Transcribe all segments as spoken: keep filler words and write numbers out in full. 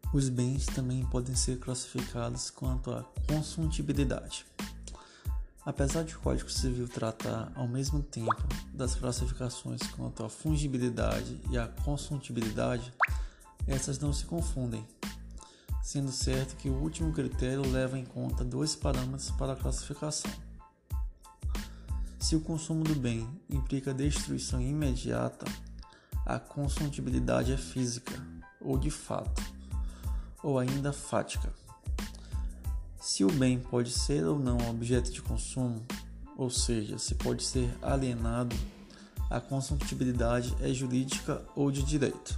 Os bens também podem ser classificados quanto à consuntibilidade. Apesar de o Código Civil tratar ao mesmo tempo das classificações quanto à fungibilidade e à consuntibilidade, essas não se confundem, sendo certo que o último critério leva em conta dois parâmetros para a classificação. Se o consumo do bem implica destruição imediata, a consuntibilidade é física, ou de fato, ou ainda fática. Se o bem pode ser ou não objeto de consumo, ou seja, se pode ser alienado, a consuntibilidade é jurídica ou de direito.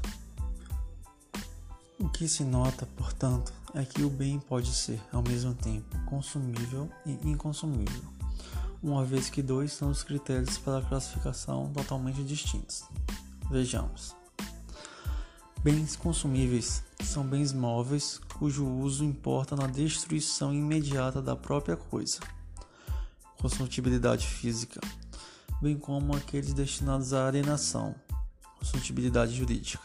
O que se nota, portanto, é que o bem pode ser, ao mesmo tempo, consumível e inconsumível, uma vez que dois são os critérios para a classificação totalmente distintos. Vejamos. Bens consumíveis são bens móveis cujo uso importa na destruição imediata da própria coisa, consuntibilidade física, bem como aqueles destinados à alienação, consuntibilidade jurídica.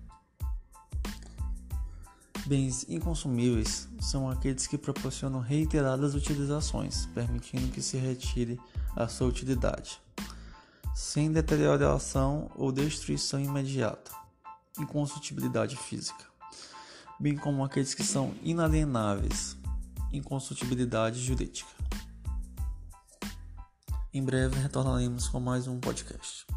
Bens inconsumíveis são aqueles que proporcionam reiteradas utilizações, permitindo que se retire a sua utilidade, sem deterioração ou destruição imediata, inconsuntibilidade física, bem como aqueles que são inalienáveis, inconsuntibilidade jurídica. Em breve retornaremos com mais um podcast.